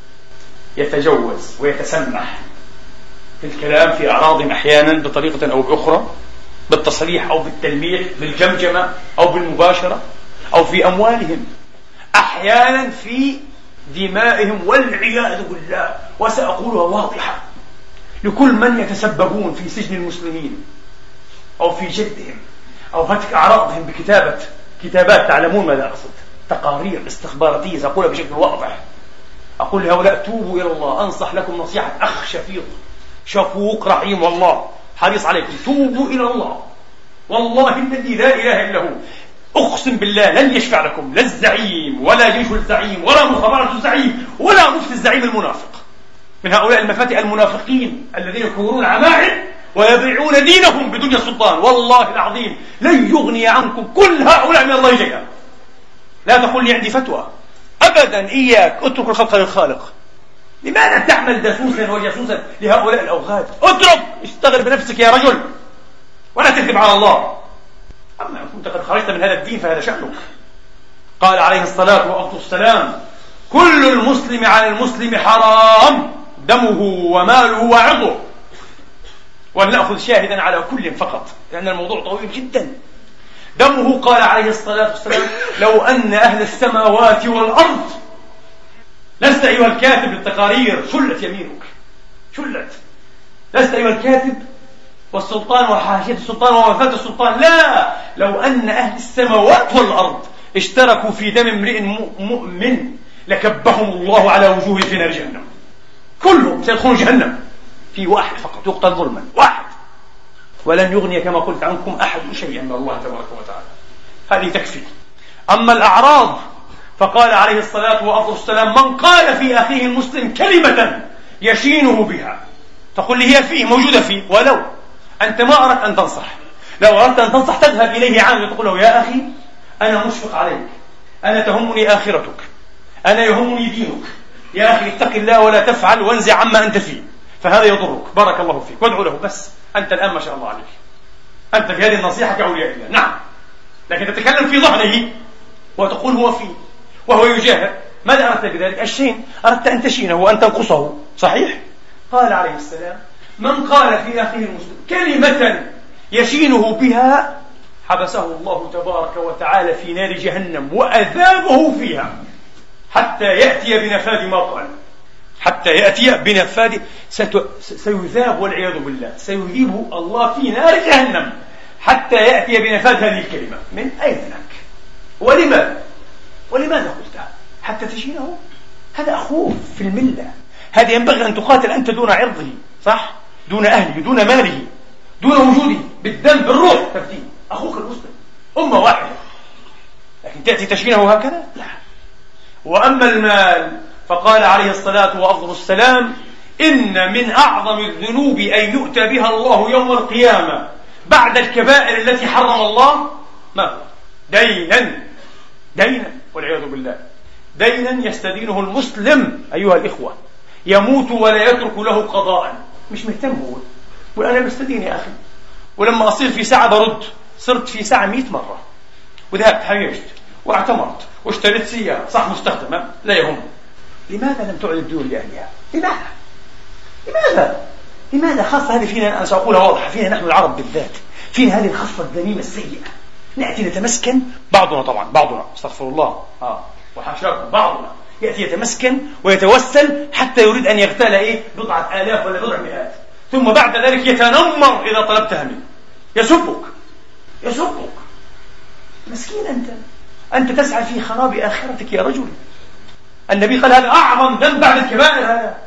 يتجوز ويتسمح في الكلام في أعراضهم أحيانا بطريقة أو بأخرى، بالتصريح أو بالتلميح، بالجمجمة أو بالمباشرة، أو في أموالهم، أحيانا في دمائهم والعياذ بالله. وسأقولها واضحة لكل من يتسببون في سجن المسلمين أو في جدهم أو هتك أعراضهم بكتابة كتابات، تعلمون ماذا أقصد، تقارير استخباراتية، سأقولها بشكل واضح. أقول لهؤلاء توبوا إلى الله، أنصح لكم نصيحة أخ شفيق شفوق رحيم والله حريص عليكم، توبوا إلى الله، والله الذي لا إله إلا هو، أقسم بالله لن يشفع لكم لا الزعيم ولا جيش الزعيم ولا مخابرات الزعيم ولا مفتي الزعيم المنافق من هؤلاء المفاتئ المنافقين الذين يكورون عمائم ويبيعون دينهم بدنيا السلطان. والله العظيم لن يغني عنكم كل هؤلاء من الله شيئا. لا تقول لي عندي فتوى أبدا، إياك اترك الخلق للخالق. لماذا تعمل جاسوسا وجاسوسا لهؤلاء الأوغاد؟ اترك، اشتغل بنفسك يا رجل ولا تكذب على الله. أما إن كنت قد خرجت من هذا الدين فهذا شأنك. قال عليه الصلاة والسلام كل المسلم على المسلم حرام دمه وماله وعرضه. ولنأخذ شاهدا على كل فقط لأن الموضوع طويل جدا. دمه، قال عليه الصلاة والسلام لو أن أهل السماوات والأرض، لست أيها الكاتب للتقارير، شلت يمينك، شلت، لست أيها الكاتب والسلطان وحاشية السلطان ووفاة السلطان، لا، لو أن أهل السماوات والأرض اشتركوا في دم امرئ مؤمن لكبهم الله على وجوه في نار جهنم، كلهم سيدخلون جهنم في واحد فقط يقتل ظلما، واحد، ولن يغني كما قلت عنكم أحد شيئا من الله تبارك وتعالى. هذه تكفي. أما الأعراض فقال عليه الصلاة والسلام من قال في أخيه المسلم كلمة يشينه بها، تقول لي هي فيه موجودة فيه، ولو أنت ما أردت أن تنصح، لو أردت أن تنصح تذهب إليه عام وتقول له يا أخي أنا مشفق عليك، أنا تهمني آخرتك، أنا يهمني دينك، يا أخي اتق الله ولا تفعل وانزع عما أنت فيه فهذا يضرك، بارك الله فيك، وادعو له. بس أنت الآن ما شاء الله عليك أنت في هذه النصيحة كأولياء الله، نعم، لكن تتكلم في ظهره وتقول هو فيه وهو يجاهر. ماذا أردت بذلك؟ الشين، أردت أن تشينه وأن تنقصه، صحيح؟ قال عليه السلام من قال في أخيه المسلم كلمة يشينه بها حبسه الله تبارك وتعالى في نار جهنم وأذابه فيها حتى يأتي بنفاذ ما قال، حتى يأتي بنفاذ ست... سيذاب والعياذ بالله، سيذيبه الله في نار جهنم حتى يأتي بنفاذ هذه الكلمة. من أين لك؟ ولماذا؟ ولماذا قلتها؟ حتى تشينه؟ هذا أخوه في الملة، هذا ينبغي أن تقاتل أنت دون عرضه، صح؟ دون أهله، دون ماله، دون وجوده، بالدم بالروح تفديه، أخوك المسلم، أمة واحدة، لكن تأتي تشينه هكذا؟ لا. وأما المال فقال عليه الصلاة والسلام إن من أعظم الذنوب أن يؤتى بها الله يوم القيامة بعد الكبائر التي حرم الله ما دينا، دينا والعياذ بالله، دينا يستدينه المسلم أيها الإخوة، يموت ولا يترك له قضاء، مش مهتم هو، وأنا بستدين يا أخي، ولما أصير في ساعة برد، صرت في ساعة مئة مرة، وذهبت حيشت واعتمرت واشتريت سيارة صح مستخدمة لا يهم. لماذا لم تعد الديون لأهلها؟ لماذا؟ لماذا؟ لماذا؟ خاصة هذه فينا، أنا سأقولها واضحة، فينا نحن العرب بالذات، فينا هذه الخصلة الذميمة السيئة، نأتي نتمسكن، بعضنا طبعا، بعضنا استغفر الله آه. وحاشاكم، بعضنا يأتي يتمسكن ويتوسل حتى يريد أن يغتال إيه؟ بضعة آلاف ولا بضع مئات، ثم بعد ذلك يتنمر إذا طلبتها منه، يسبك يسبك مسكين أنت، أنت تسعى في خراب آخرتك يا رجل. النبي قال هذا أعظم ذنب بعد الكبائر، هذا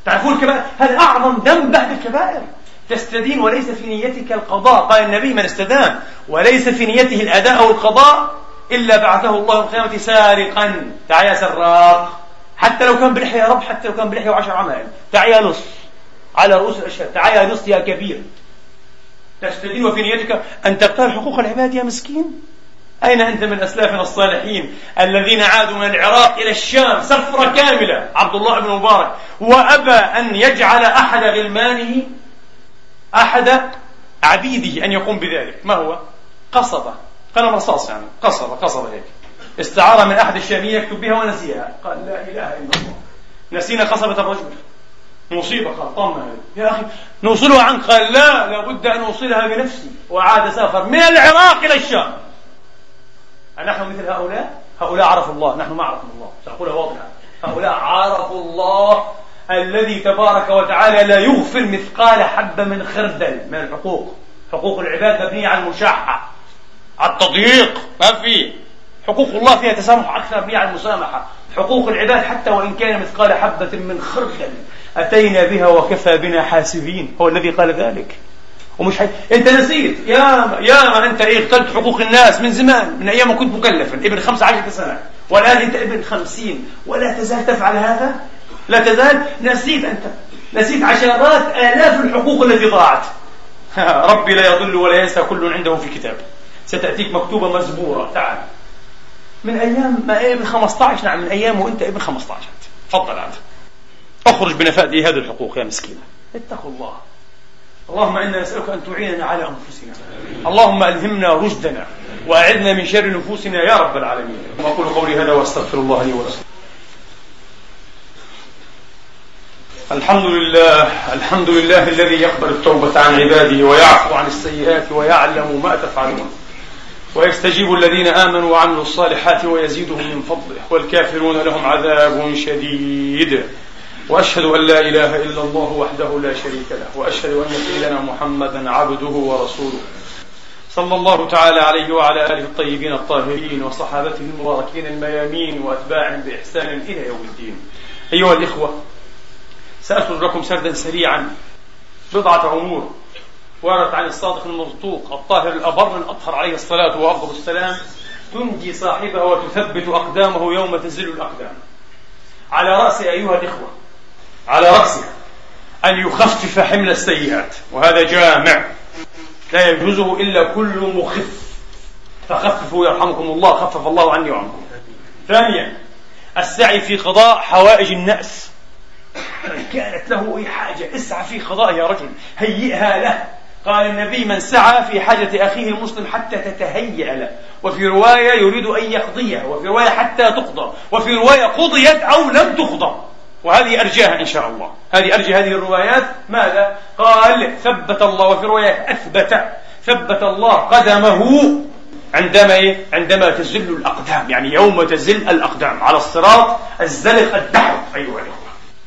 تعرفون الكبائر هذا أعظم ذنب بعد الكبائر. تستدين وليس في نيتك القضاء. قال النبي: من استدان وليس في نيته الأداء أو القضاء إلا بعثه الله يوم القيامة سارقا. تعال يا سراق، حتى لو كان بلحية يا رب، حتى لو كان بلحية وعشر عمائم، تعال يا لص على رؤوس الأشهر، تعال يا لص يا كبير. تستدين وفي نيتك أن تقتل حقوق العباد يا مسكين. أين أنت من أسلافنا الصالحين الذين عادوا من العراق إلى الشام سفرة كاملة، عبد الله بن مبارك، وأبى أن يجعل أحد غلمانه أحد عبيده أن يقوم بذلك. ما هو؟ قصبة، قلم رصاص يعني، قصبة قصبة هيك، استعار من أحد الشامية يكتب بها ونسيها. قال: لا إله إلا الله، نسينا قصبة الرجل، مصيبة. قال: طمنا يا أخي نوصلها عنك. قال: لا، لابد أن أوصلها بنفسي. وعاد سافر من العراق إلى الشام. نحن مثل هؤلاء؟ هؤلاء عرفوا الله، نحن ما عرفنا الله. سأقولها واضحة، هؤلاء عرفوا الله الذي تبارك وتعالى لا يغفر مثقال حبة من خردل من الحقوق. حقوق العباد مبنية على المشاحة، على التضييق، ما في. حقوق الله فيها تسامح أكثر، مبنية على المسامحة. حقوق العباد حتى وإن كان مثقال حبة من خردل أتينا بها وكفى بنا حاسبين. هو الذي قال ذلك. ومش حي... انت نسيت يا يا ما انت ايه قتلت حقوق الناس من زمان، من ايام ما كنت مكلفا ابن خمسة عشر سنة، والان انت ابن خمسين ولا تزال تفعل هذا. لا تزال. نسيت انت، نسيت عشرات آلاف الحقوق التي ضاعت. ربي لا يضل ولا ينسى، كل عنده في كتاب، ستأتيك مكتوبة مزبورة. تعال من ايام ما ابن خمسة عشر. نعم من ايام وانت ابن خمسة عشر. تفضل انت اخرج بنفاد هذه الحقوق يا مسكين. اتقوا الله. اللهم إنا نسألك أن تعيننا على أنفسنا. اللهم ألهمنا رشدنا وأعذنا من شر نفوسنا يا رب العالمين. وأقول قولي هذا وأستغفر الله لي ولكم. الحمد لله، الحمد لله الذي يقبل التوبة عن عباده ويعفو عن السيئات ويعلم ما تفعلون، ويستجيب الذين آمنوا وعملوا الصالحات ويزيدهم من فضله، والكافرون لهم عذاب شديد. وأشهد أن لا إله إلا الله وحده لا شريك له، وأشهد أن سيدنا محمدا عبده ورسوله صلى الله تعالى عليه وعلى آله الطيبين الطاهرين وصحابته المباركين الميامين وأتباعهم بإحسان إلى يوم الدين. أيها الإخوة، سأسرد لكم سردا سريعا بضعة أمور وردت عن الصادق المصدوق الطاهر الأبر الأطهر عليه الصلاة وأفضل السلام تنجي صاحبها وتثبت أقدامه يوم تزل الأقدام. على رأسها أيها الإخوة، على رأسها أن يخفف حمل السيئات، وهذا جامع لا يجوزه إلا كل مخف، فخففوا يرحمكم الله، خفف الله عني وعنكم. ثانيا السعي في قضاء حوائج الناس، كانت له أي حاجة اسعى في قضاء يا رجل، هيئها له. قال النبي: من سعى في حاجة أخيه المسلم حتى تتهيأ له، وفي رواية يريد أن يقضيها، وفي رواية حتى تقضى، وفي رواية قضيت أو لم تقضى. وهذه أرجاها إن شاء الله، هذه أرجى هذه الروايات. ماذا؟ قال: ثبت الله، وفي رواية أثبت ثبت الله قدمه عندما إيه؟ عندما تزل الأقدام، يعني يوم تزل الأقدام على الصراط الزلق الدحر أيها الأخوة.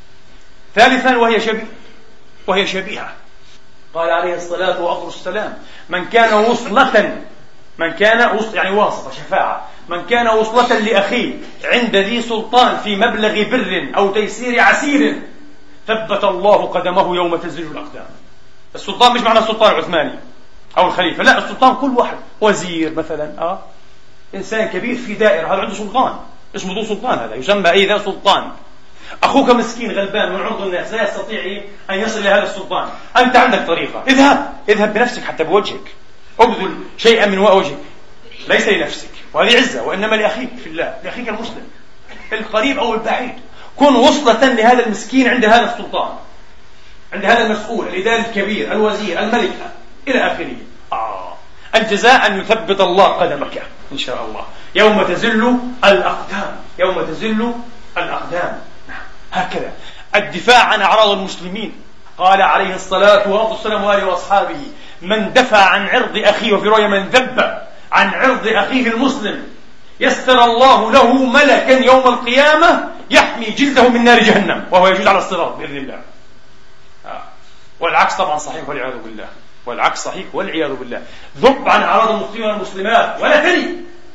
ثالثا وهي شبيه وهي شبيهة قال عليه الصلاة والسلام: من كان وصلة من كان وصل يعني واسطة شفاعة من كان وصلة لأخيه عند ذي سلطان في مبلغ بر أو تيسير عسير ثبت الله قدمه يوم تزل الأقدام. السلطان مش معنى السلطان العثماني أو الخليفة، لا، السلطان كل واحد، وزير مثلا، آه إنسان كبير في دائرة، هذا عنده سلطان، اسمه ذو سلطان، هذا يسمى أي ذا سلطان. أخوك مسكين غلبان من عرض الناس لا يستطيع أن يصل إلى هذا السلطان، أنت عندك طريقة، اذهب اذهب بنفسك حتى بوجهك، أبذل شيئا من وجهك، ليس لنفسك، وهذه عزة، وإنما لأخيك في الله، لأخيك المسلم القريب أو البعيد. كن وصلة لهذا المسكين عند هذا السلطان، عند هذا المسؤول، الإداري الكبير، الوزير، الملك إلى آخره. آه. الجزاء أن يثبت الله قدمك إن شاء الله يوم تزل الأقدام، يوم تزل الأقدام. هكذا الدفاع عن أعراض المسلمين. قال عليه الصلاة والسلام وآله وأصحابه: من دفع عن عرض أخيه، وفي رواية من ذب عن عرض أخيه المسلم يستر الله له ملكا يوم القيامة يحمي جلده من نار جهنم وهو يجوز على الصراط بإذن الله. آه. والعكس طبعا صحيح والعياذ بالله، والعكس صحيح والعياذ بالله. ذب عن أعراض المسلمين والمسلمات ولا تلي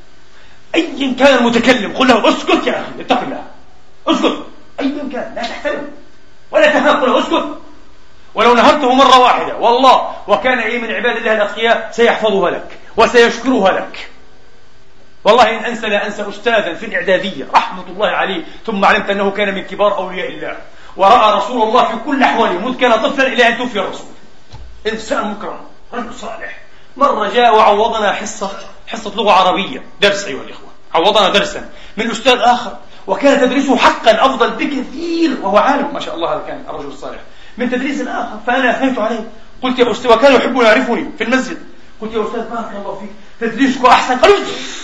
أيا كان المتكلم، قل له اسكت يا أخي، اتق الله، اسكت أيا كان، لا تحترم، ولا تهاب له اسكت. ولو نهرته مرة واحدة والله وكان أي من عباد الله الأتقياء سيحفظها لك وسيشكرها لك. والله إن أنسى لا أنسى أستاذا في الإعدادية رحمة الله عليه، ثم علمت أنه كان من كبار أولياء الله ورأى رسول الله في كل أحواله منذ كان طفلا إلى أن توفي الرسول. إنسان مكرم، رجل صالح. مرة جاء وعوضنا حصة حصة لغة عربية، درس أيها الإخوة، عوضنا درسا من أستاذ آخر وكان تدريسه حقا أفضل بكثير وهو عالم ما شاء الله. هذا كان الرجل الصالح من تدريس آخر. فأنا أثنيت عليه قلت يا أستاذ، وكان يحب يعرفني في المسجد، قلت يا أستاذ بارك الله فيك تدريسك أحسن. قالوا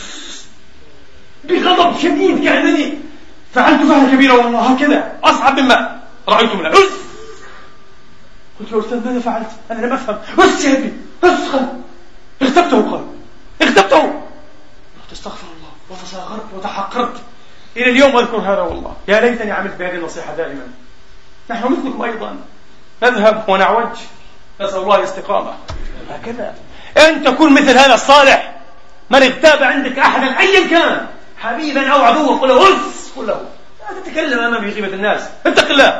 بغضب شديد كأنني فعلت فعل كبيرة والله هكذا أصعب مما رأيت منه. قلت يا أستاذ ماذا فعلت؟ أنا لم أفهم. أس يا ابني أس. قال اغتبته. قال اغتبته. قلت استغفر الله وتصاغرت وتحقرت. إلى اليوم أذكر هذا والله. يا ليتني عملت بهذه النصيحة دائما. نحن مثلكم أيضا نذهب ونعوج، نسأل الله الاستقامة. هكذا أنت كن مثل هذا الصالح. من اغتاب عندك أحدا أيا كان حبيبا أو عدوا قل له أس، قل له لا تتكلم أمام غيبة الناس، اتق الله.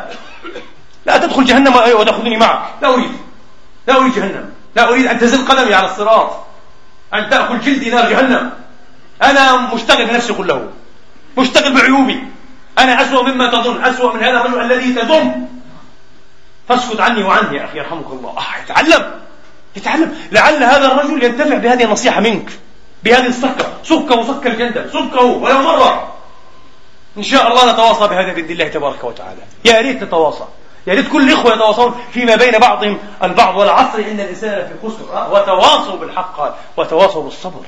لا تدخل جهنم وتأخذني معك. لا أريد لا أريد جهنم. لا أريد أن تزل قدمي على الصراط، أن تأكل جلدي نار جهنم. أنا مشتغل بنفسي كله، مشتغل بعيوبي. أنا أسوأ مما تظن، أسوأ من هذا الرجل الذي تظن. فاسكت عني وعني يا أخي يرحمك الله. آه يتعلم يتعلم. لعل هذا الرجل ينتفع بهذه النصيحة منك، بهذه السكة. سكه وسك الجندل، سكه ولو مرة. إن شاء الله نتواصى بهذا بإذن الله تبارك وتعالى. يا ريت نتواصى، يا ريت كل الإخوة يتواصون فيما بين بعضهم البعض. والعصر إن الإنسان في خسر. أه؟ وتواصوا بالحق وتواصوا بالصبر.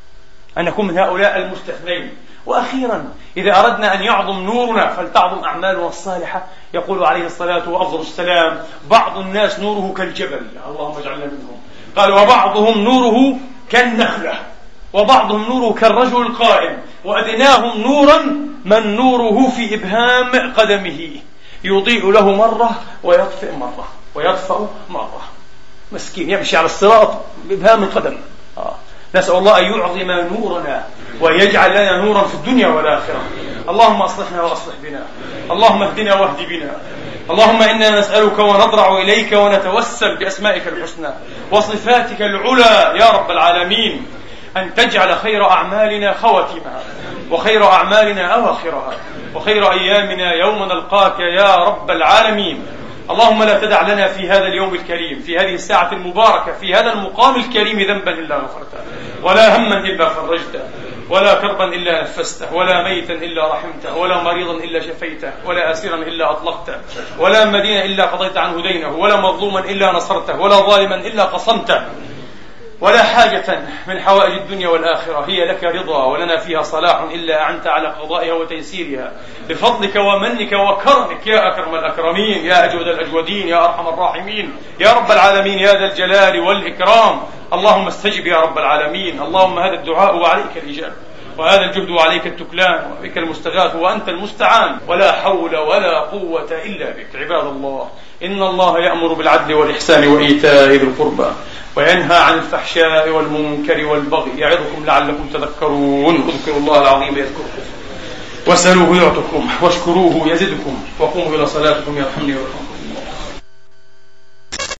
أن نكون من هؤلاء المستثنين. وأخيرا إذا أردنا أن يعظم نورنا فلتعظم أعمالنا الصالحة. يقول عليه الصلاة وأفضل السلام بعض الناس نوره كالجبل، اللهم اجعلنا منهم. قال وبعضهم نوره كالنخلة وبعضهم نوره كالرجل القائم وأدناهم نورا من نوره في إبهام قدمه يضيء له مرة ويطفئ مرة ويطفأ مرة. مسكين يمشي على الصراط بإبهام القدم. آه. نسأل الله أن يعظم نورنا ويجعل لنا نورا في الدنيا والآخرة. اللهم أصلحنا وأصلح بنا، اللهم اهدنا واهد بنا. اللهم إنا نسألك ونضرع إليك ونتوسل بأسمائك الحسنى وصفاتك العلى يا رب العالمين أن تجعل خير أعمالنا خواتمها وخير أعمالنا أواخرها وخير أيامنا يوم نلقاك يا رب العالمين. اللهم لا تدع لنا في هذا اليوم الكريم، في هذه الساعة المباركة، في هذا المقام الكريم ذنبا إلا غفرته، ولا هما إلا فرجته، ولا كربا إلا نفسته، ولا ميتا إلا رحمته، ولا مريضا إلا شفيته، ولا أسيرا إلا أطلقته، ولا مدينا إلا قضيت عنه دينه، ولا مظلوما إلا نصرته، ولا ظالما إلا قصمته، ولا حاجة من حوائج الدنيا والآخرة هي لك رضا ولنا فيها صلاح إلا أعنت على قضائها وتيسيرها بفضلك ومنك وكرمك يا أكرم الأكرمين يا أجود الأجودين يا أرحم الراحمين يا رب العالمين يا ذا الجلال والإكرام. اللهم استجب يا رب العالمين. اللهم هذا الدعاء وعليك الإجابة، وهذا الجهد وعليك التكلان، وبك المستغاث وأنت المستعان، ولا حول ولا قوة إلا بك. عباد الله، إن الله يأمر بالعدل والإحسان وإيتاء ذي القربى وينهى عن الفحشاء والمنكر والبغي يعظكم لعلكم تذكرون. اذكروا الله العظيم يذكركم واسألوه يعطكم واشكروه يزدكم وقوموا إلى صلاتكم يرحمني ويرحمكم.